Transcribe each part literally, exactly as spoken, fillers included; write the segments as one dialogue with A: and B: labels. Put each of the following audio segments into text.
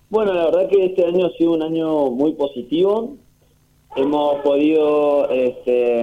A: Bueno, la verdad que este año ha sido un año muy positivo. Hemos podido, este,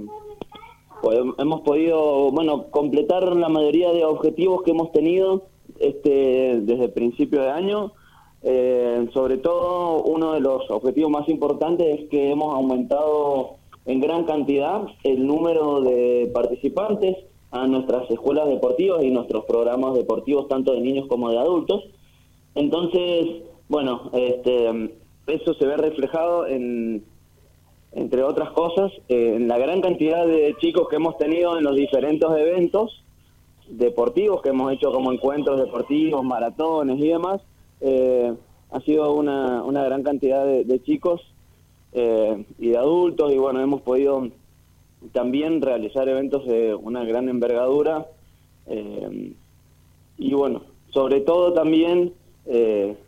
A: pues, hemos podido, bueno, completar la mayoría de objetivos que hemos tenido este, desde el principio de año. Eh, sobre todo, uno de los objetivos más importantes es que hemos aumentado en gran cantidad el número de participantes a nuestras escuelas deportivas y nuestros programas deportivos, tanto de niños como de adultos. Entonces, bueno, este, eso se ve reflejado en, entre otras cosas, eh, en la gran cantidad de chicos que hemos tenido en los diferentes eventos deportivos que hemos hecho, como encuentros deportivos, maratones y demás. Eh, ha sido una, una gran cantidad de, de chicos eh, y de adultos, y bueno, hemos podido también realizar eventos de una gran envergadura, eh, y bueno, sobre todo también eh,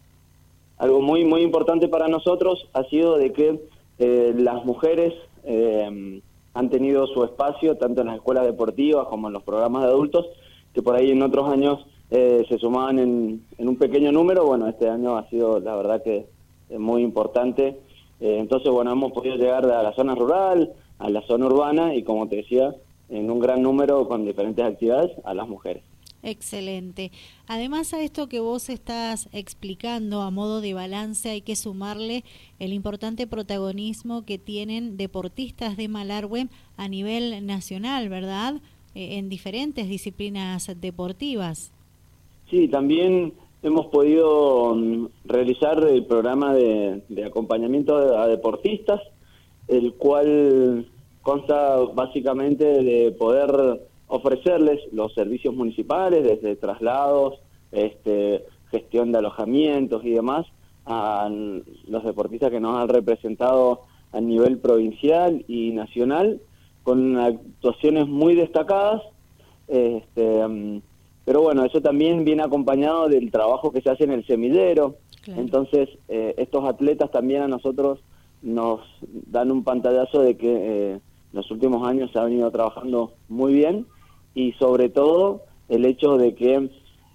A: algo muy muy importante para nosotros ha sido de que eh, las mujeres eh, han tenido su espacio tanto en las escuelas deportivas como en los programas de adultos, que por ahí en otros años eh, se sumaban en, en un pequeño número. Bueno, este año ha sido la verdad que es muy importante. Eh, entonces, bueno, hemos podido llegar a la zona rural, a la zona urbana y, como te decía, en un gran número con diferentes actividades a las mujeres.
B: Excelente. Además a esto que vos estás explicando a modo de balance, hay que sumarle el importante protagonismo que tienen deportistas de Malargüe a nivel nacional, ¿verdad? Eh, en diferentes disciplinas deportivas.
A: Sí, también hemos podido um, realizar el programa de, de acompañamiento a, a deportistas, el cual consta básicamente de poder ofrecerles los servicios municipales, desde traslados, este, gestión de alojamientos y demás, a los deportistas que nos han representado a nivel provincial y nacional, con actuaciones muy destacadas. Este, um, pero bueno, eso también viene acompañado del trabajo que se hace en el semillero.
B: Claro.
A: Entonces, eh, estos atletas también a nosotros nos dan un pantallazo de que eh, en los últimos años se ha venido trabajando muy bien, y sobre todo el hecho de que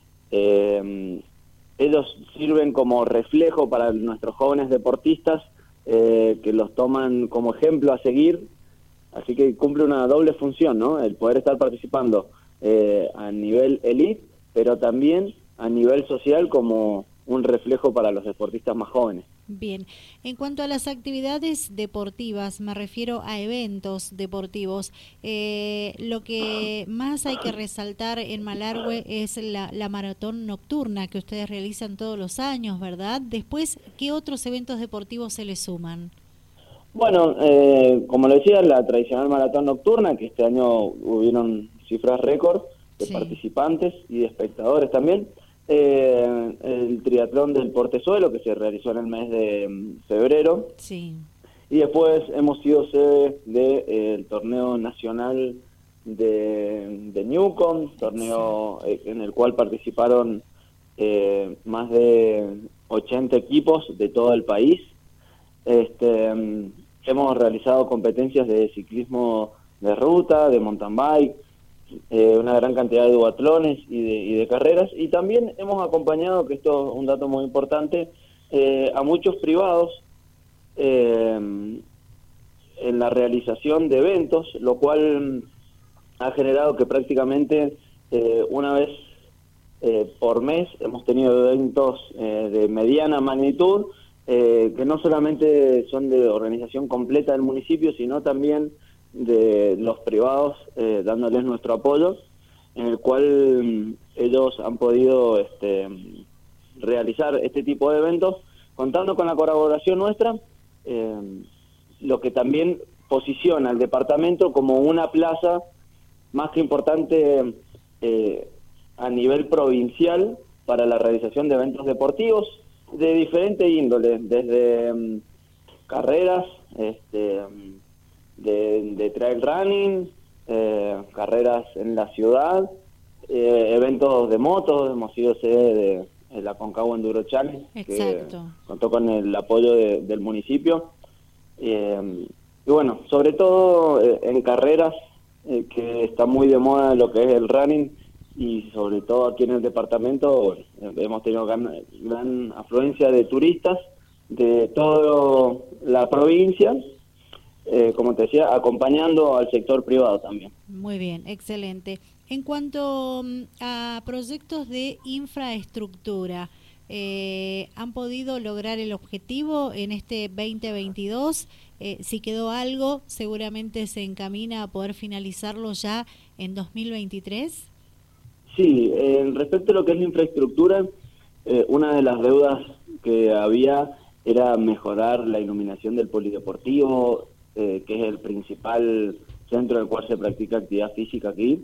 A: eh, ellos sirven como reflejo para nuestros jóvenes deportistas, eh, que los toman como ejemplo a seguir. Así que cumple una doble función, ¿no? El poder estar participando eh, a nivel elite, pero también a nivel social como un reflejo para los deportistas más jóvenes.
B: Bien, en cuanto a las actividades deportivas, me refiero a eventos deportivos. Eh, lo que más hay que resaltar en Malargüe es la, la maratón nocturna que ustedes realizan todos los años, ¿verdad? Después, ¿qué otros eventos deportivos se les suman?
A: Bueno, eh, como lo decía, la tradicional maratón nocturna, que este año hubieron cifras récord de
B: Sí.
A: participantes y de espectadores también. Eh, el triatlón del Portezuelo, que se realizó en el mes de um, febrero.
B: Sí.
A: Y después hemos sido sede del eh, torneo nacional de, de Newcom, torneo eh, en el cual participaron eh, más de ochenta equipos de todo el país. Este, um, hemos realizado competencias de ciclismo de ruta, de mountain bike, eh, una gran cantidad de duatlones y de, y de carreras, y también hemos acompañado, que esto es un dato muy importante, eh, a muchos privados eh, en la realización de eventos, lo cual ha generado que prácticamente eh, una vez eh, por mes hemos tenido eventos eh, de mediana magnitud, eh, que no solamente son de organización completa del municipio, sino también de los privados, eh, dándoles nuestro apoyo, en el cual mm, ellos han podido este, realizar este tipo de eventos, contando con la colaboración nuestra, eh, lo que también posiciona al departamento como una plaza más que importante eh, a nivel provincial para la realización de eventos deportivos de diferente índole, desde um, carreras, este, um, de, de trail running, eh, carreras en la ciudad, eh, eventos de motos. Hemos sido sede de, de la Concagua Enduro Challenge, que contó con el apoyo de, del municipio. Eh, y bueno, sobre todo eh, en carreras, eh, que está muy de moda lo que es el running, y sobre todo aquí en el departamento hemos tenido gran, gran afluencia de turistas de toda la provincia, eh, como te decía, acompañando al sector privado también.
B: Muy bien, excelente. En cuanto mm, a proyectos de infraestructura, eh, ¿han podido lograr el objetivo en este veinte veintidós? Eh, si quedó algo, seguramente se encamina a poder finalizarlo ya en dos mil veintitrés.
A: Sí, eh, respecto a lo que es la infraestructura, eh, una de las deudas que había era mejorar la iluminación del polideportivo, eh, que es el principal centro en el cual se practica actividad física aquí.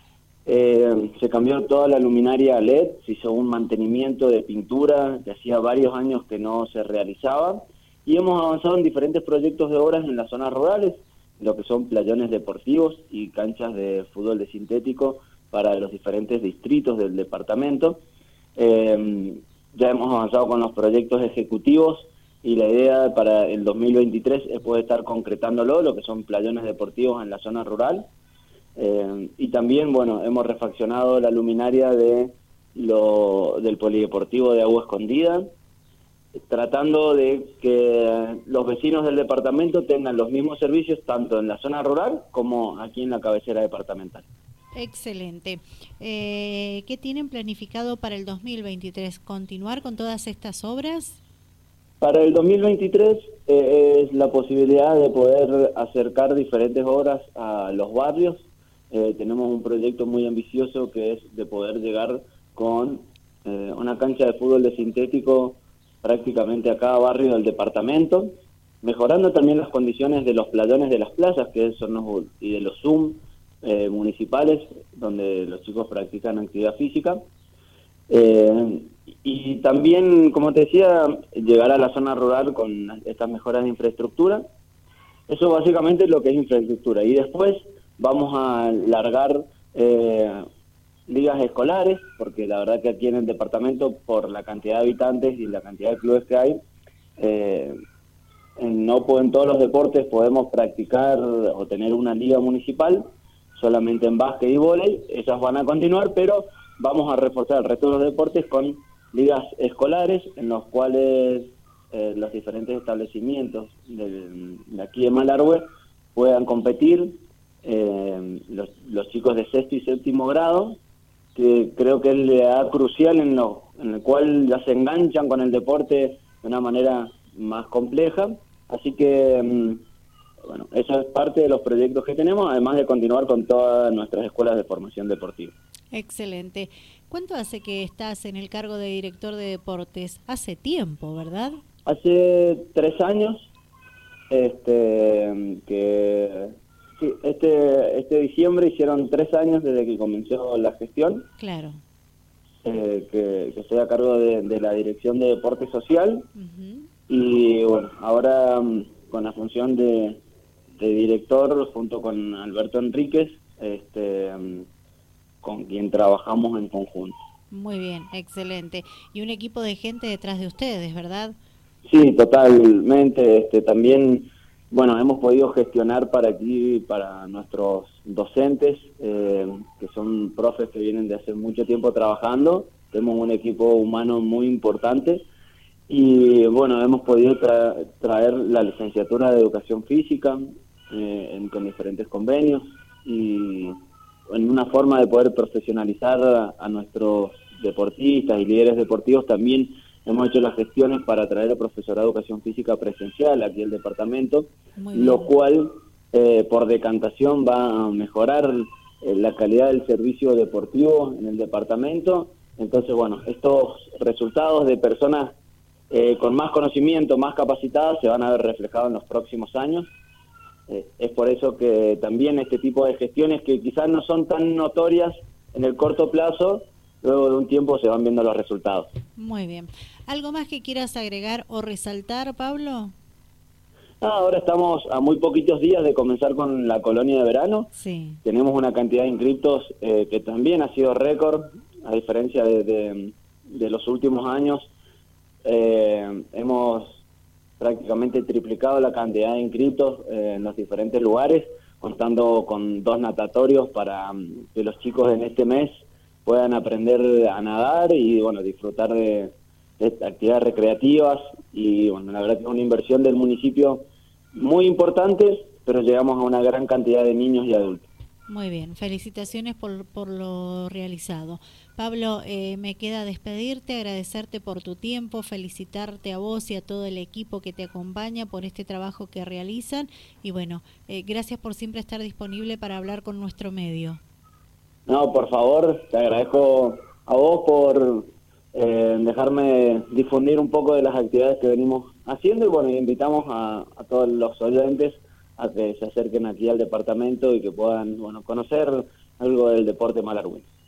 A: Eh, se cambió toda la luminaria a L E D, se hizo un mantenimiento de pintura que hacía varios años que no se realizaba, y hemos avanzado en diferentes proyectos de obras en las zonas rurales, lo que son playones deportivos y canchas de fútbol de sintético para los diferentes distritos del departamento. Eh, ya hemos avanzado con los proyectos ejecutivos y la idea para el dos mil veintitrés es poder estar concretándolo, lo que son playones deportivos en la zona rural. Eh, y también, bueno, hemos refaccionado la luminaria de lo, del polideportivo de Agua Escondida, tratando de que los vecinos del departamento tengan los mismos servicios tanto en la zona rural como aquí en la cabecera departamental.
B: Excelente. Eh, ¿Qué tienen planificado para el dos mil veintitrés? ¿Continuar con todas estas obras?
A: Para el dos mil veintitrés eh, es la posibilidad de poder acercar diferentes obras a los barrios. Eh, tenemos un proyecto muy ambicioso que es de poder llegar con eh, una cancha de fútbol de sintético prácticamente a cada barrio del departamento, mejorando también las condiciones de los playones de las plazas, que son los, y de los Zoom eh, municipales, donde los chicos practican actividad física. Eh, y también, como te decía, llegar a la zona rural con estas mejoras de infraestructura. Eso básicamente es lo que es infraestructura. Y después vamos a largar eh, ligas escolares, porque la verdad que aquí en el departamento, por la cantidad de habitantes y la cantidad de clubes que hay, eh, en, no en todos los deportes podemos practicar o tener una liga municipal, solamente en básquet y vóley. Esas van a continuar, pero vamos a reforzar el resto de los deportes con ligas escolares, en los cuales eh, los diferentes establecimientos de, de aquí de Malargüe puedan competir, eh, los, los chicos de sexto y séptimo grado, que creo que es la edad crucial en, lo, en el cual ya se enganchan con el deporte de una manera más compleja. Así que, bueno, eso es parte de los proyectos que tenemos, además de continuar con todas nuestras escuelas de formación deportiva.
B: Excelente. ¿Cuánto hace que estás en el cargo de director de deportes? Hace tiempo, ¿verdad?
A: Hace tres años, este, que sí, este, este diciembre hicieron tres años desde que comenzó la gestión.
B: Claro.
A: Eh, que, que estoy a cargo de, de la Dirección de Deporte Social. Uh-huh. Y bueno, ahora con la función de, de director, junto con Alberto Enríquez, este, con quien trabajamos en conjunto.
B: Muy bien, excelente. Y un equipo de gente detrás de ustedes, ¿verdad?
A: Sí, totalmente. Este, también, bueno, hemos podido gestionar para aquí, para nuestros docentes, eh, que son profes que vienen de hace mucho tiempo trabajando. Tenemos un equipo humano muy importante y, bueno, hemos podido tra traer la licenciatura de Educación Física eh, en, con diferentes convenios y en una forma de poder profesionalizar a, a nuestros deportistas y líderes deportivos. También hemos hecho las gestiones para traer a profesorado de Educación Física presencial aquí al departamento, lo cual eh, por decantación va a mejorar eh, la calidad del servicio deportivo en el departamento. Entonces, bueno, estos resultados de personas eh, con más conocimiento, más capacitadas, se van a ver reflejados en los próximos años. Eh, es por eso que también este tipo de gestiones, que quizás no son tan notorias en el corto plazo, luego de un tiempo se van viendo los resultados.
B: Muy bien. ¿Algo más que quieras agregar o resaltar, Pablo?
A: Ah, ahora estamos a muy poquitos días de comenzar con la colonia de verano.
B: Sí.
A: Tenemos una cantidad de inscriptos eh, que también ha sido récord, a diferencia de, de, de los últimos años. Eh, hemos prácticamente triplicado la cantidad de inscriptos eh, en los diferentes lugares, contando con dos natatorios para um, que los chicos en este mes puedan aprender a nadar y bueno, disfrutar de, de actividades recreativas. Y bueno, la verdad que es una inversión del municipio muy importante, pero llegamos a una gran cantidad de niños y adultos.
B: Muy bien, felicitaciones por, por lo realizado. Pablo, eh, me queda despedirte, agradecerte por tu tiempo, felicitarte a vos y a todo el equipo que te acompaña por este trabajo que realizan y bueno, eh, gracias por siempre estar disponible para hablar con nuestro medio.
A: No, por favor, te agradezco a vos por eh, dejarme difundir un poco de las actividades que venimos haciendo y bueno, invitamos a, a todos los oyentes a que se acerquen aquí al departamento y que puedan, bueno, conocer algo del deporte malargüense.